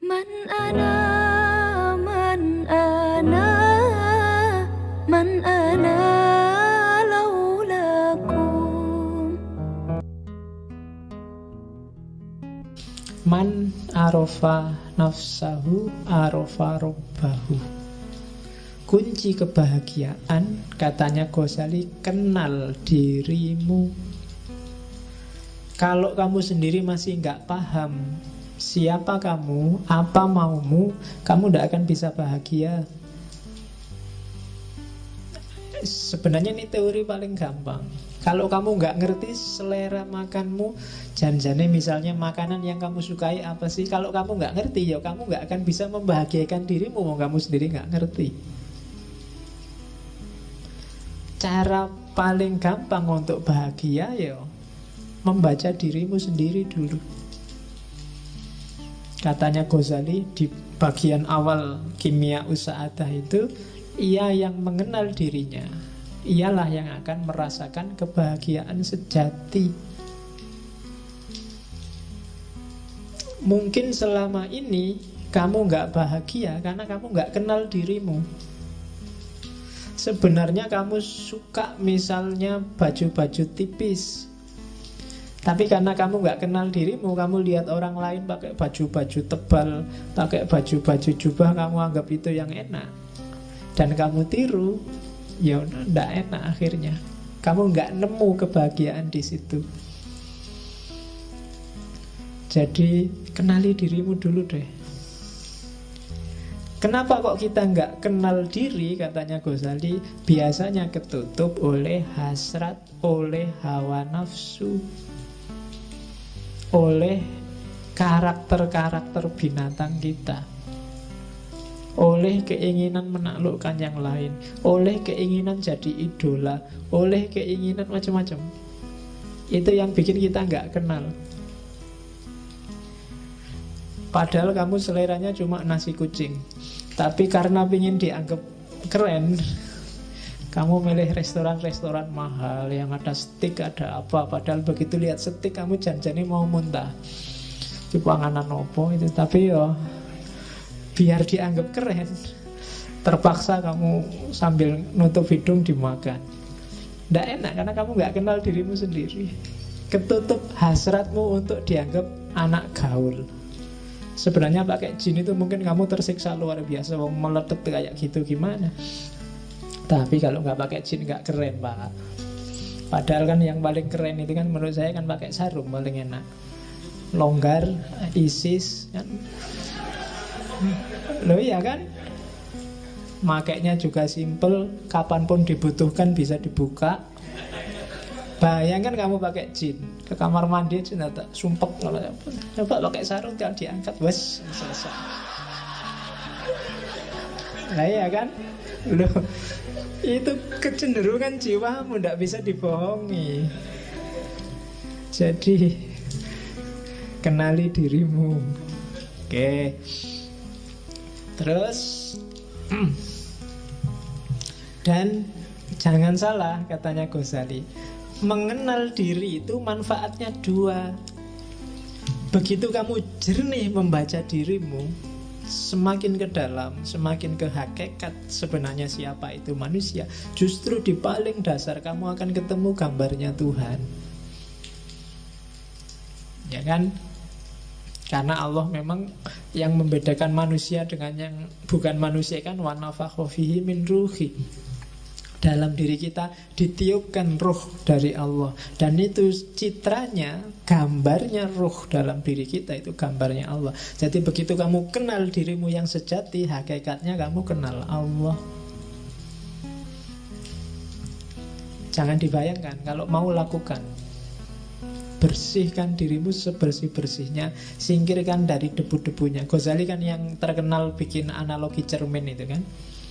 Man ana, man ana, man ana laulakum. Man arofa nafsahu arofa robbahu. Kunci kebahagiaan, katanya Ghazali, kenal dirimu. Kalau kamu sendiri masih nggak paham siapa kamu, apa maumu, kamu tidak akan bisa bahagia. Sebenarnya ini teori paling gampang. Kalau kamu nggak ngerti selera makanmu, janjane misalnya makanan yang kamu sukai apa sih, kalau kamu nggak ngerti, ya kamu nggak akan bisa membahagiakan dirimu, mau kamu sendiri nggak ngerti. Cara paling gampang untuk bahagia ya membaca dirimu sendiri dulu. Katanya Ghazali di bagian awal Kimia Usa'adah itu, ia yang mengenal dirinya, ialah yang akan merasakan kebahagiaan sejati. Mungkin selama ini kamu nggak bahagia karena kamu nggak kenal dirimu. Sebenarnya kamu suka misalnya baju-baju tipis, tapi karena kamu nggak kenal dirimu, kamu lihat orang lain pakai baju-baju tebal, pakai baju-baju jubah, kamu anggap itu yang enak, dan kamu tiru, ya nggak enak akhirnya. Kamu nggak nemu kebahagiaan di situ. Jadi kenali dirimu dulu deh. Kenapa kok kita nggak kenal diri, katanya Ghazali, biasanya ketutup oleh hasrat, oleh hawa nafsu, oleh karakter-karakter binatang kita, oleh keinginan menaklukkan yang lain, oleh keinginan jadi idola, oleh keinginan macam-macam. Itu yang bikin kita nggak kenal. Padahal kamu seleranya cuma nasi kucing, tapi karena ingin dianggap keren, kamu milih restoran-restoran mahal yang ada steak, ada apa. Padahal begitu lihat steak kamu janjane mau muntah. Itu panganan opo itu. Tapi yo biar dianggap keren, terpaksa kamu sambil nutup hidung dimakan. Nggak enak karena kamu nggak kenal dirimu sendiri. Ketutup hasratmu untuk dianggap anak gaul. Sebenarnya pakai jin itu mungkin kamu tersiksa luar biasa, mau meletup kayak gitu gimana. Tapi kalau nggak pakai jin nggak keren, Pak. Padahal kan yang paling keren itu kan menurut saya kan pakai sarung paling enak. Longgar, ISIS kan. Loh iya kan? Makainya juga simple, kapanpun dibutuhkan bisa dibuka. Bayangkan kamu pakai jin ke kamar mandi aja tak sumpek. Coba pakai sarung jangan diangkat, wes selesai. Nah iya kan? Loh, itu kecenderungan jiwamu, tidak bisa dibohongi. Jadi kenali dirimu. Oke. Terus dan jangan salah, katanya Ghazali, mengenal diri itu manfaatnya dua. Begitu kamu jernih membaca dirimu, semakin ke dalam, semakin ke hakikat sebenarnya siapa itu manusia, justru di paling dasar kamu akan ketemu gambarnya Tuhan. Ya kan? Karena Allah memang yang membedakan manusia dengan yang bukan manusia kan, wa nafakha fihi min ruhi. Dalam diri kita ditiupkan ruh dari Allah. Dan itu citranya, gambarnya ruh dalam diri kita, itu gambarnya Allah. Jadi begitu kamu kenal dirimu yang sejati, hakikatnya kamu kenal Allah. Jangan dibayangkan, kalau mau lakukan. Bersihkan dirimu sebersih-bersihnya, singkirkan dari debu-debunya. Ghazali kan yang terkenal bikin analogi cermin itu kan.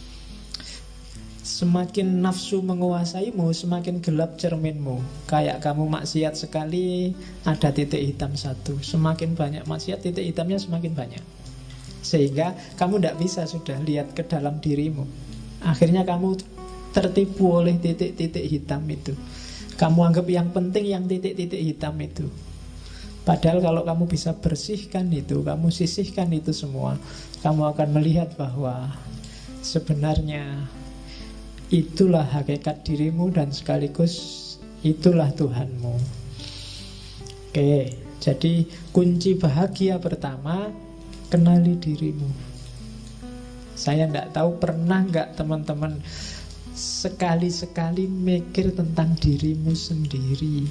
Semakin nafsu menguasaimu, semakin gelap cerminmu. Kayak kamu maksiat sekali, ada titik hitam satu. Semakin banyak maksiat, titik hitamnya semakin banyak. Sehingga kamu tidak bisa sudah lihat ke dalam dirimu. Akhirnya kamu tertipu oleh titik-titik hitam itu. Kamu anggap yang penting yang titik-titik hitam itu. Padahal kalau kamu bisa bersihkan itu, kamu sisihkan itu semua, kamu akan melihat bahwa sebenarnya itulah hakikat dirimu dan sekaligus itulah Tuhanmu. Oke, jadi kunci bahagia pertama, kenali dirimu. Saya tidak tahu pernah nggak teman-teman sekali-sekali mikir tentang dirimu sendiri.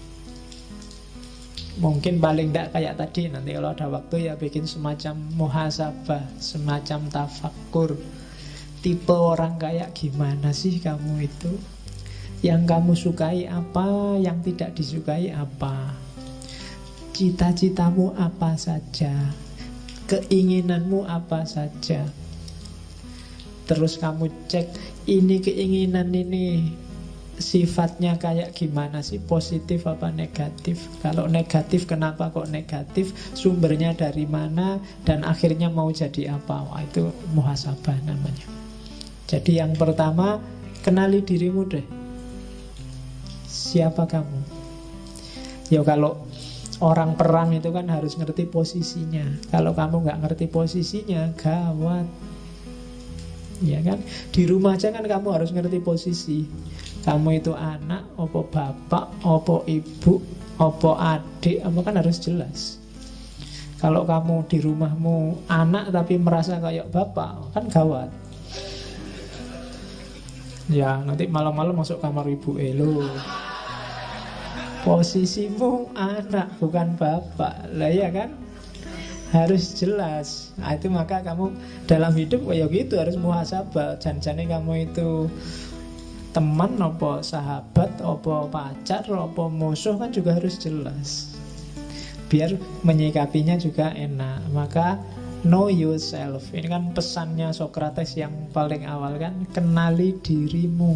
Mungkin paling tidak kayak tadi, nanti kalau ada waktu ya bikin semacam muhasabah, semacam tafakkur. Tipe orang kayak gimana sih kamu itu? Yang kamu sukai apa, yang tidak disukai apa? Cita-citamu apa saja? Keinginanmu apa saja? Terus kamu cek, ini keinginan ini sifatnya kayak gimana sih, positif apa negatif? Kalau negatif, kenapa kok negatif? Sumbernya dari mana? Dan akhirnya mau jadi apa? Wah, itu muhasabah namanya. Jadi yang pertama, kenali dirimu deh. Siapa kamu? Ya kalau orang perang itu kan harus ngerti posisinya. Kalau kamu nggak ngerti posisinya, gawat. Ya kan? Di rumah aja kan kamu harus ngerti posisi. Kamu itu anak, opo bapak, opo ibu, opo adik, apa kan harus jelas. Kalau kamu di rumahmu anak tapi merasa kayak bapak, kan gawat. Ya nanti malam-malam masuk kamar ibu, lo posisimu anak bukan bapak. Lah ya kan? Harus jelas. Nah, itu maka kamu dalam hidup kayak gitu harus muhasabah. Jangan-jangan kamu itu teman, apa sahabat, apa pacar, apa musuh kan juga harus jelas. Biar menyikapinya juga enak. Maka know yourself. Ini kan pesannya Socrates yang paling awal kan, kenali dirimu.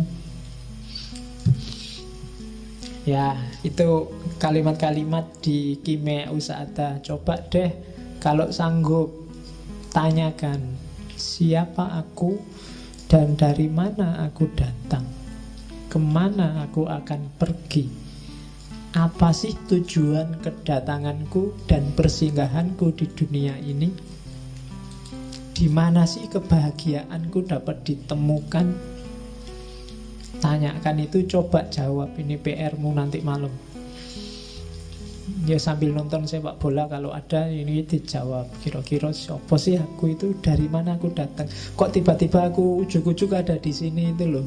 Ya, itu kalimat-kalimat di Kimea Usada. Coba deh kalau sanggup, tanyakan siapa aku dan dari mana aku datang, kemana aku akan pergi, apa sih tujuan kedatanganku dan persinggahanku di dunia ini, di mana sih kebahagiaanku dapat ditemukan. Tanyakan itu, coba jawab. Ini PR-mu nanti malam. Ya sambil nonton sepak bola kalau ada, ini dijawab. Kira-kira siapa sih aku itu, dari mana aku datang, kok tiba-tiba aku ujuk-ujuk ada di sini itu loh.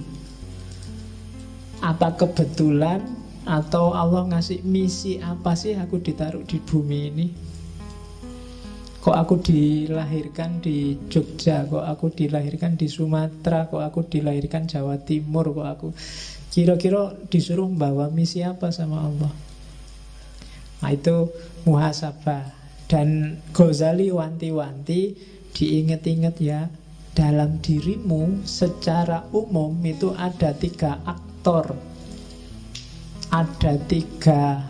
Apa kebetulan atau Allah ngasih misi apa sih aku ditaruh di bumi ini? Kok aku dilahirkan di Jogja, kok aku dilahirkan di Sumatera, kok aku dilahirkan Jawa Timur, kok aku kira-kira disuruh membawa misi apa sama Allah? Nah itu muhasabah. Dan Ghazali wanti-wanti, diinget-inget ya, dalam dirimu secara umum itu ada 3 aktor, ada 3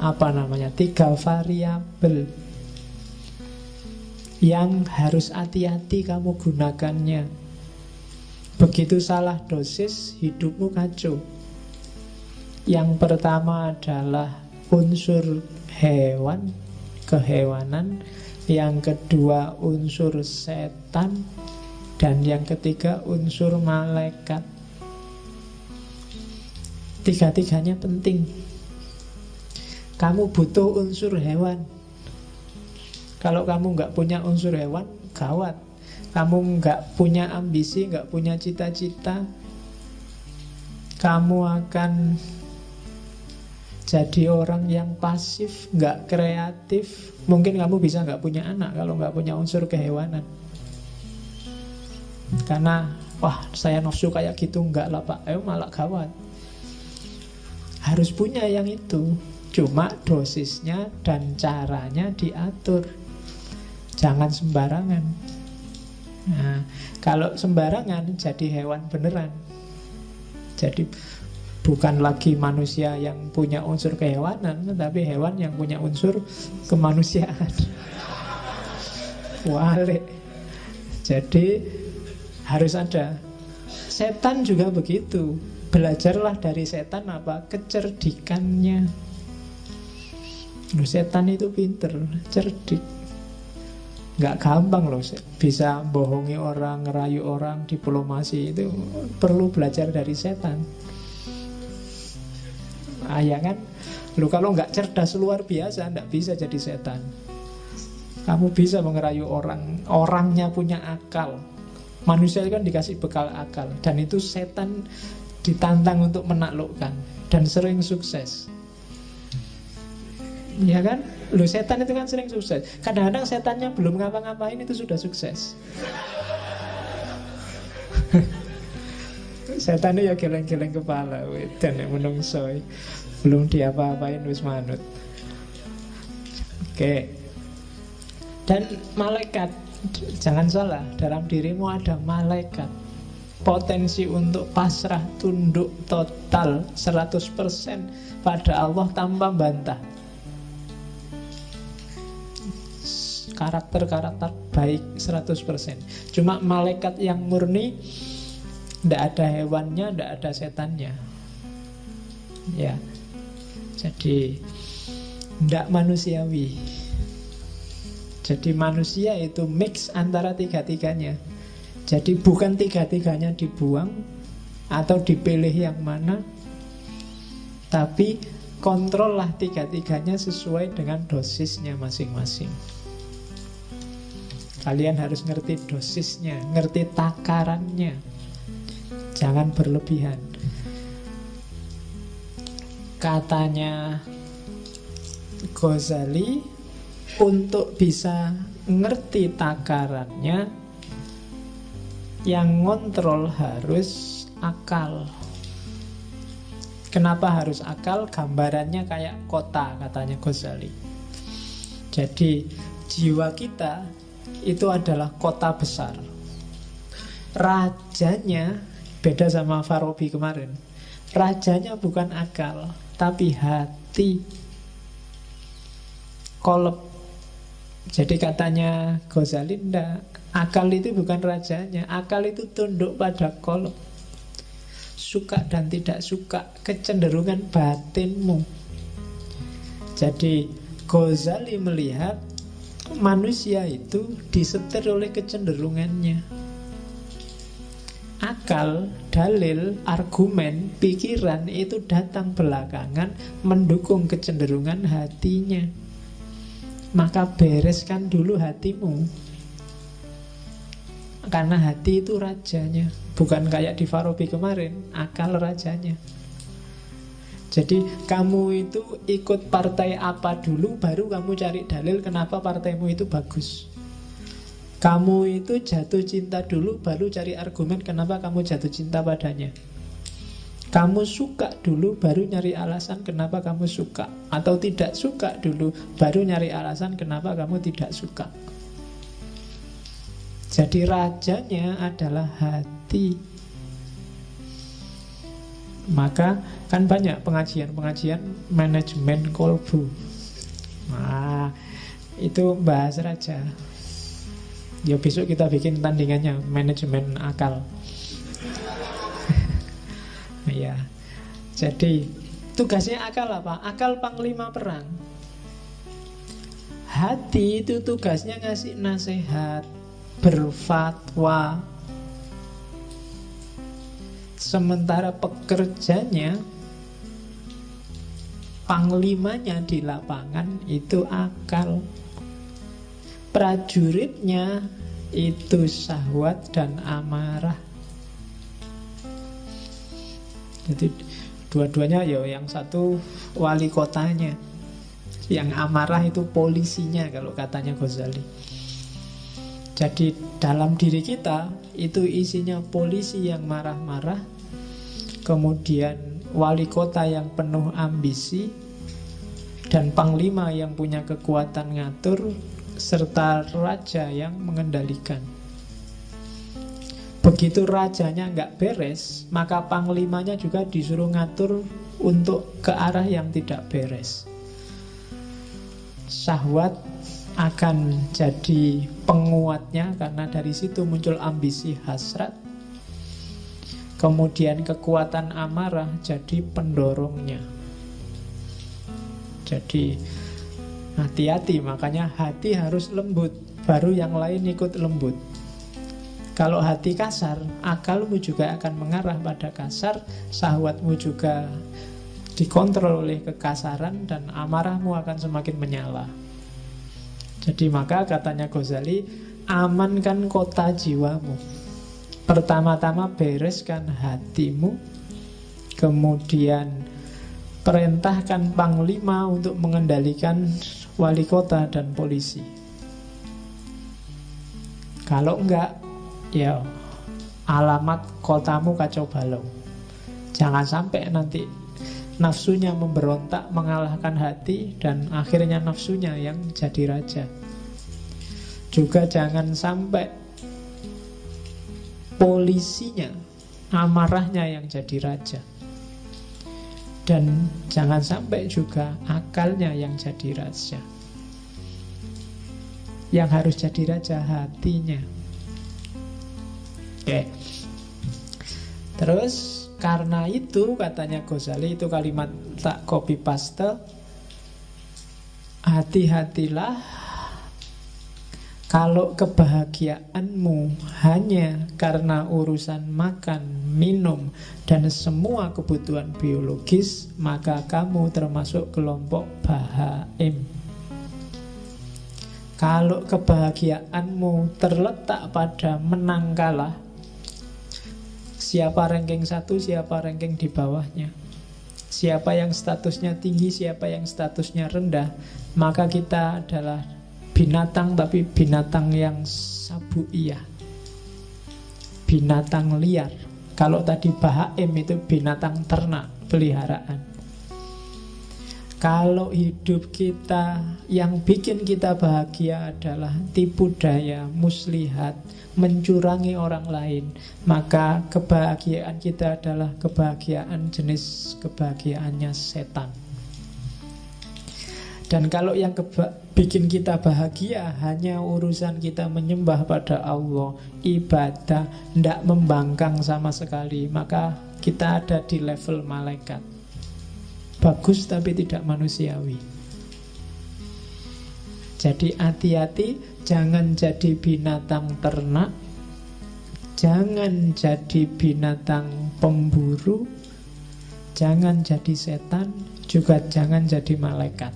variabel yang harus hati-hati kamu gunakannya. Begitu salah dosis, hidupmu kacau. Yang pertama adalah unsur hewan, kehewanan. Yang kedua unsur setan. Dan yang ketiga unsur malaikat. 3-tiganya penting. Kamu butuh unsur hewan. Kalau kamu nggak punya unsur hewan, gawat. Kamu nggak punya ambisi, nggak punya cita-cita, kamu akan jadi orang yang pasif, nggak kreatif. Mungkin kamu bisa nggak punya anak kalau nggak punya unsur kehewanan. Karena, wah saya nafsu kayak gitu, nggak lah Pak, malah gawat. Harus punya yang itu. Cuma dosisnya dan caranya diatur. Jangan sembarangan. Nah, kalau sembarangan jadi hewan beneran. Jadi bukan lagi manusia yang punya unsur kehewanan, tapi hewan yang punya unsur kemanusiaan. Wale. Jadi harus ada. Setan juga begitu. Belajarlah dari setan apa? Kecerdikannya. Loh, setan itu pinter, cerdik. Nggak gampang loh bisa bohongi orang, ngerayu orang, diplomasi. Itu perlu belajar dari setan. Ya kan? Loh, kalau nggak cerdas luar biasa, nggak bisa jadi setan. Kamu bisa mengerayu orang, orangnya punya akal. Manusia kan dikasih bekal akal, dan itu setan ditantang untuk menaklukkan, dan sering sukses. Ya kan? Loh, setan itu kan sering sukses. Kadang-kadang setannya belum ngapa-ngapain itu sudah sukses. Setan itu ya geleng-geleng kepala, dan yang menungsoy belum diapa-apain wis manut. Oke. Dan malaikat, jangan salah, dalam dirimu ada malaikat. Potensi untuk pasrah, tunduk total 100% pada Allah tanpa bantah. Karakter-karakter baik 100%. Cuma malaikat yang murni, tidak ada hewannya, tidak ada setannya. Ya. Jadi tidak manusiawi. Jadi manusia itu mix antara tiga-tiganya. Jadi bukan tiga-tiganya dibuang atau dipilih yang mana, tapi kontrollah tiga-tiganya sesuai dengan dosisnya masing-masing. Kalian harus ngerti dosisnya, ngerti takarannya. Jangan berlebihan. Katanya Ghazali, untuk bisa ngerti takarannya, yang ngontrol harus akal. Kenapa harus akal? Gambarannya kayak kota, katanya Ghazali. Jadi jiwa kita itu adalah kota besar. Rajanya beda sama Farabi kemarin. Rajanya bukan akal, tapi hati. Kolab. Jadi katanya Ghazali, enggak, akal itu bukan rajanya. Akal itu tunduk pada kolab. Suka dan tidak suka, kecenderungan batinmu. Jadi Ghazali melihat manusia itu disetir oleh kecenderungannya. Akal, dalil, argumen, pikiran itu datang belakangan mendukung kecenderungan hatinya. Maka bereskan dulu hatimu, karena hati itu rajanya. Bukan kayak di Farabi kemarin, akal rajanya. Jadi kamu itu ikut partai apa dulu, baru kamu cari dalil kenapa partaimu itu bagus. Kamu itu jatuh cinta dulu, baru cari argumen kenapa kamu jatuh cinta padanya. Kamu suka dulu, baru nyari alasan kenapa kamu suka. Atau tidak suka dulu, baru nyari alasan kenapa kamu tidak suka. Jadi rajanya adalah hati. Maka kan banyak pengajian-pengajian manajemen kolbu. Nah, itu bahas raja. Ya besok kita bikin tandingannya, manajemen akal. Ya. Jadi tugasnya akal apa? Akal panglima perang. Hati itu tugasnya ngasih nasihat, berfatwa. Sementara pekerjanya, panglimanya di lapangan itu akal. Prajuritnya itu syahwat dan amarah. Jadi dua-duanya ya, yang satu wali kotanya, yang amarah itu polisinya kalau katanya Ghazali. Jadi dalam diri kita itu isinya polisi yang marah-marah, kemudian wali kota yang penuh ambisi, dan panglima yang punya kekuatan ngatur, serta raja yang mengendalikan. Begitu rajanya nggak beres, maka panglimanya juga disuruh ngatur untuk ke arah yang tidak beres. Syahwat akan jadi penguatnya, karena dari situ muncul ambisi hasrat. Kemudian kekuatan amarah jadi pendorongnya. Jadi Hati-hati, makanya hati harus lembut, baru yang lain ikut lembut. Kalau hati kasar, akalmu juga akan mengarah pada kasar, syahwatmu juga dikontrol oleh kekasaran, dan amarahmu akan semakin menyala. Jadi maka katanya Ghazali, amankan kota jiwamu. Pertama-tama bereskan hatimu, kemudian perintahkan panglima untuk mengendalikan wali kota dan polisi. Kalau enggak, ya alamat kotamu kacau balau. Jangan sampai nanti nafsunya memberontak mengalahkan hati, dan akhirnya nafsunya yang jadi raja. Juga jangan sampai polisinya, amarahnya yang jadi raja. Dan jangan sampai juga akalnya yang jadi raja. Yang harus jadi raja hatinya. Oke. Terus karena itu katanya Ghazali, itu kalimat tak copy paste, hati-hatilah kalau kebahagiaanmu hanya karena urusan makan, minum, dan semua kebutuhan biologis, maka kamu termasuk kelompok bahaim. Kalau kebahagiaanmu terletak pada menang kalah, siapa ranking 1, siapa ranking di bawahnya, siapa yang statusnya tinggi, siapa yang statusnya rendah, maka kita adalah binatang, tapi binatang yang sabuiyah, binatang liar. Kalau tadi bahaim itu binatang ternak, peliharaan. Kalau hidup kita yang bikin kita bahagia adalah tipu daya, muslihat, mencurangi orang lain, maka kebahagiaan kita adalah kebahagiaan jenis kebahagiaannya setan. Dan kalau yang bikin kita bahagia hanya urusan kita menyembah pada Allah, ibadah, tidak membangkang sama sekali, maka kita ada di level malaikat. Bagus tapi tidak manusiawi. Jadi hati-hati, jangan jadi binatang ternak, jangan jadi binatang pemburu, jangan jadi setan, juga jangan jadi malaikat.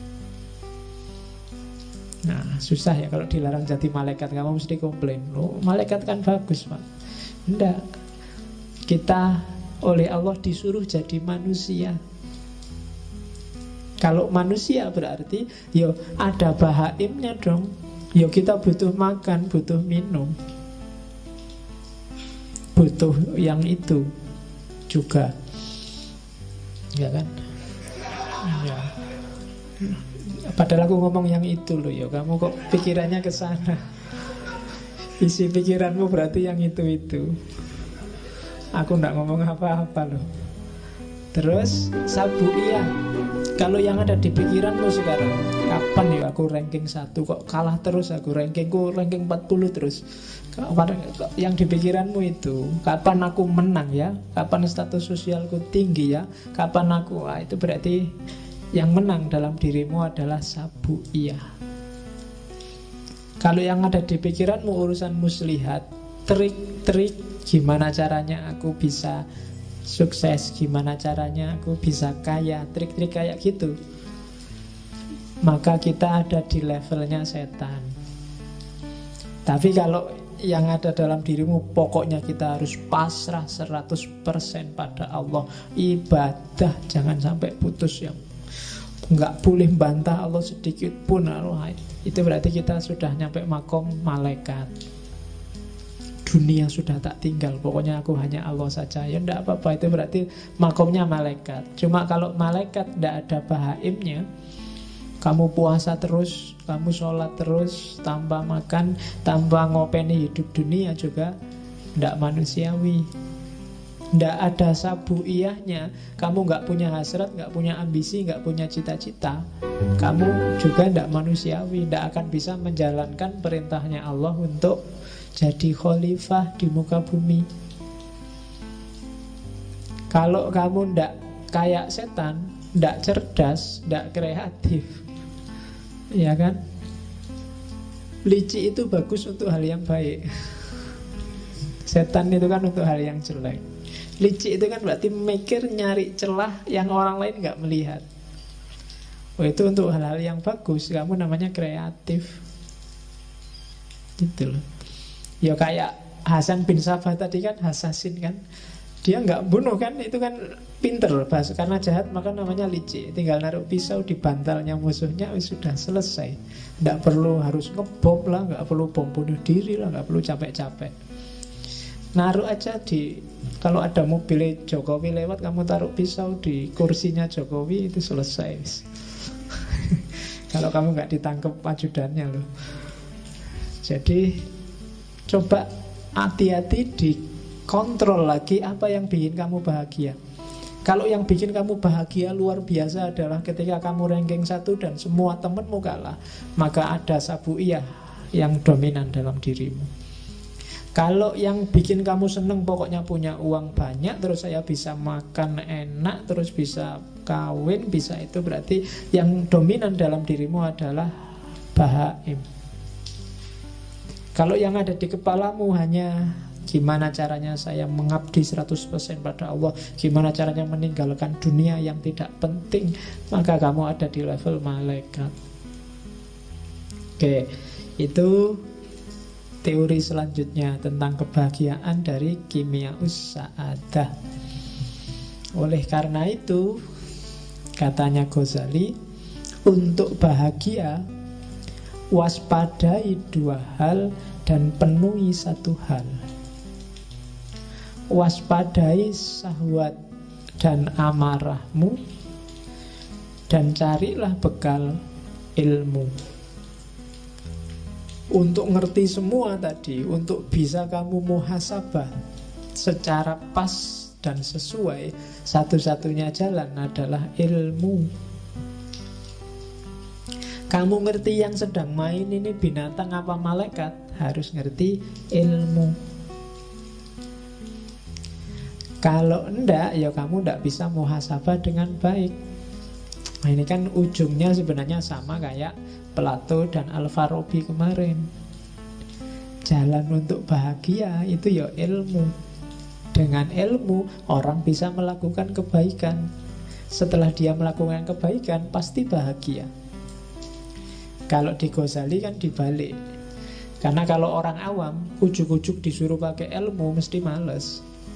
Nah, susah ya kalau dilarang jadi malaikat. Kamu mesti komplain, loh, malaikat kan bagus, Pak. Enggak. Kita oleh Allah disuruh jadi manusia. Kalau manusia berarti yo ada bahaimnya dong. Yo kita butuh makan, butuh minum, butuh yang itu juga, ya kan? Ya. Padahal aku ngomong yang itu loh, ya kamu kok pikirannya ke sana. Isi pikiranmu berarti yang itu. Aku nggak ngomong apa-apa loh. Terus sabuiyah. Kalau yang ada di pikiranmu sekarang, kapan ya aku ranking 1, kok kalah terus aku, rankingku ranking 40 terus. Yang di pikiranmu itu, kapan aku menang ya, kapan status sosialku tinggi ya, kapan aku, itu berarti yang menang dalam dirimu adalah sabuiyah. Kalau yang ada di pikiranmu urusan muslihat, trik-trik, gimana caranya aku bisa sukses, gimana caranya aku bisa kaya, trik-trik kayak gitu, maka kita ada di levelnya setan. Tapi kalau yang ada dalam dirimu, pokoknya kita harus pasrah 100% pada Allah, ibadah jangan sampai putus, yang nggak boleh bantah Allah sedikit pun, itu berarti kita sudah nyampe makom malaikat. Dunia sudah tak tinggal, pokoknya aku hanya Allah saja. Ya enggak apa-apa, itu berarti makomnya malaikat. Cuma kalau malaikat enggak ada bahaimnya, kamu puasa terus, kamu sholat terus, tanpa makan, tanpa ngopeni hidup dunia juga enggak manusiawi. Enggak ada sabuiyahnya, kamu enggak punya hasrat, enggak punya ambisi, enggak punya cita-cita, kamu juga enggak manusiawi, enggak akan bisa menjalankan perintahnya Allah untuk jadi khalifah di muka bumi. Kalau kamu ndak kayak setan, ndak cerdas, ndak kreatif, Ya kan? Licik itu bagus untuk hal yang baik. Setan itu kan untuk hal yang jelek. Licik itu kan berarti mikir, nyari celah yang orang lain nggak melihat. Oh, itu untuk hal-hal yang bagus. Kamu namanya kreatif. Gitu loh. Ya kayak Hasan bin Sabah tadi kan, Hasasin kan, dia nggak bunuh kan, itu kan pinter bahasa, karena jahat maka namanya licik. Tinggal naruh pisau di bantalnya musuhnya, sudah selesai. Nggak perlu harus ngebom lah, nggak perlu bom bunuh diri lah, nggak perlu capek-capek. Naruh aja di, kalau ada mobil Jokowi lewat, kamu taruh pisau di kursinya Jokowi, itu selesai. Kalau kamu nggak ditangkap ajudannya loh. Jadi coba hati-hati, dikontrol lagi apa yang bikin kamu bahagia. Kalau yang bikin kamu bahagia luar biasa adalah ketika kamu ranking 1 dan semua temenmu kalah, maka ada sabuiyah yang dominan dalam dirimu. Kalau yang bikin kamu seneng pokoknya punya uang banyak, terus saya bisa makan enak, terus bisa kawin, bisa itu, berarti yang dominan dalam dirimu adalah bahaim. Kalau yang ada di kepalamu hanya gimana caranya saya mengabdi 100% pada Allah, gimana caranya meninggalkan dunia yang tidak penting, maka kamu ada di level malaikat. Oke, itu teori selanjutnya tentang kebahagiaan dari Kimiaus Sa'adah. Oleh karena itu, katanya Ghazali, untuk bahagia waspadai 2 hal dan penuhi 1 hal. Waspadai syahwat dan amarahmu, dan carilah bekal ilmu. Untuk ngerti semua tadi, untuk bisa kamu muhasabah secara pas dan sesuai, satu-satunya jalan adalah ilmu. Kamu ngerti yang sedang main ini binatang apa malaikat, harus ngerti ilmu. Kalau enggak, ya kamu enggak bisa muhasabah dengan baik. Nah, ini kan ujungnya sebenarnya sama kayak Plato dan Al-Farabi kemarin. Jalan untuk bahagia itu ya ilmu. Dengan ilmu orang bisa melakukan kebaikan. Setelah dia melakukan kebaikan pasti bahagia. Kalau di Ghazali kan dibalik. Karena kalau orang awam ujuk-ujuk disuruh pakai ilmu mesti males.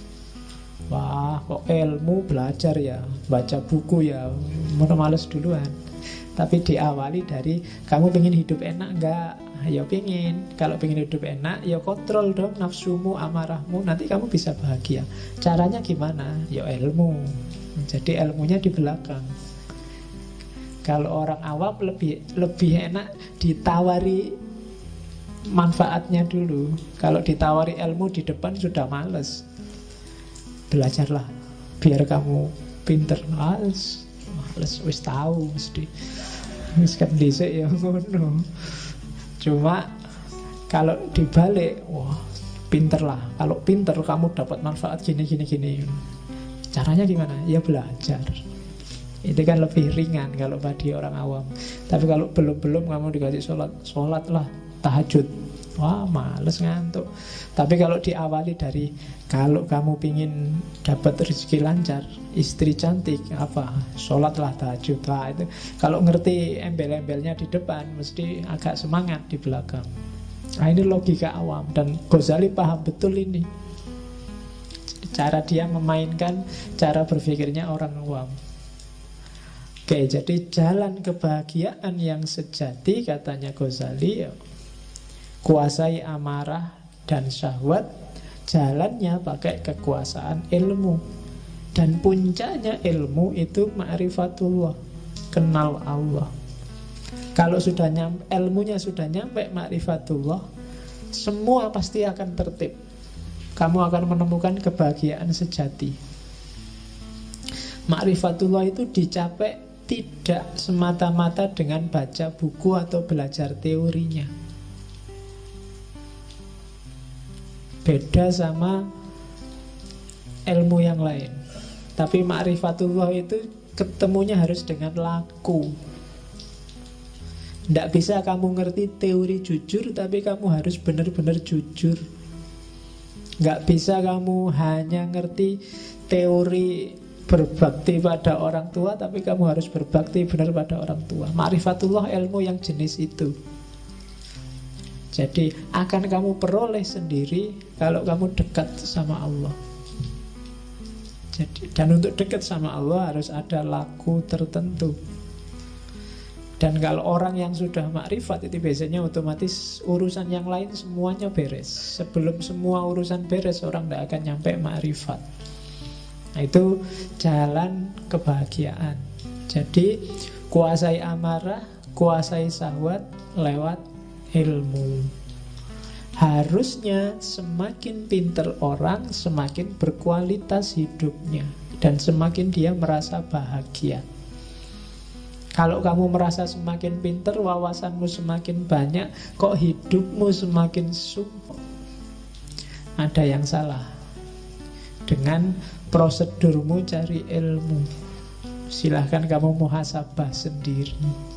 Wah, kok ilmu belajar ya, baca buku ya, males duluan. Tapi diawali dari, kamu pengen hidup enak enggak? Ya pengen. Kalau pengen hidup enak, ya kontrol dong nafsumu, amarahmu, nanti kamu bisa bahagia. Caranya gimana? Ya ilmu. Jadi ilmunya di belakang. Kalau orang awam lebih enak ditawari manfaatnya dulu. Kalau ditawari ilmu di depan sudah males. Belajarlah biar kamu pinter. Males wis tahu mesti. Wis kan dhisik ya ngono. Cuma kalau dibalik, wah, pinter lah. Kalau pinter kamu dapat manfaat gini. Caranya gimana? Ya belajar. Itu kan lebih ringan kalau bagi orang awam. Tapi kalau belum kamu dikasih sholat lah, tahajud, wah males ngantuk. Tapi kalau diawali dari, kalau kamu pingin dapat rezeki lancar, istri cantik, apa, sholatlah, tahajud lah. Itu kalau ngerti embel-embelnya di depan, mesti agak semangat di belakang. Nah, ini logika awam, dan Ghazali paham betul ini. Cara dia memainkan cara berpikirnya orang awam. Oke, jadi jalan kebahagiaan yang sejati, katanya Ghazali, kuasai amarah dan syahwat, jalannya pakai kekuasaan ilmu. Dan puncaknya ilmu itu ma'rifatullah, kenal Allah. Kalau sudah ilmunya sudah nyampe ma'rifatullah, semua pasti akan tertib. Kamu akan menemukan kebahagiaan sejati. Ma'rifatullah itu dicapai tidak semata-mata dengan baca buku atau belajar teorinya. Beda sama ilmu yang lain. Tapi ma'rifatullah itu ketemunya harus dengan laku. Tidak bisa kamu ngerti teori jujur, tapi kamu harus benar-benar jujur. Nggak bisa kamu hanya ngerti teori berbakti pada orang tua, tapi kamu harus berbakti benar pada orang tua. Ma'rifatullah ilmu yang jenis itu. Jadi akan kamu peroleh sendiri kalau kamu dekat sama Allah. Jadi, dan untuk dekat sama Allah harus ada laku tertentu. Dan kalau orang yang sudah makrifat itu biasanya otomatis urusan yang lain semuanya beres. Sebelum semua urusan beres, orang tidak akan nyampe makrifat. Nah, itu jalan kebahagiaan. Jadi kuasai amarah, kuasai syahwat lewat ilmu. Harusnya semakin pinter orang, semakin berkualitas hidupnya, dan semakin dia merasa bahagia. Kalau kamu merasa semakin pinter, wawasanmu semakin banyak, kok hidupmu semakin sumpah, ada yang salah dengan prosedurmu cari ilmu. Silahkan kamu muhasabah sendiri.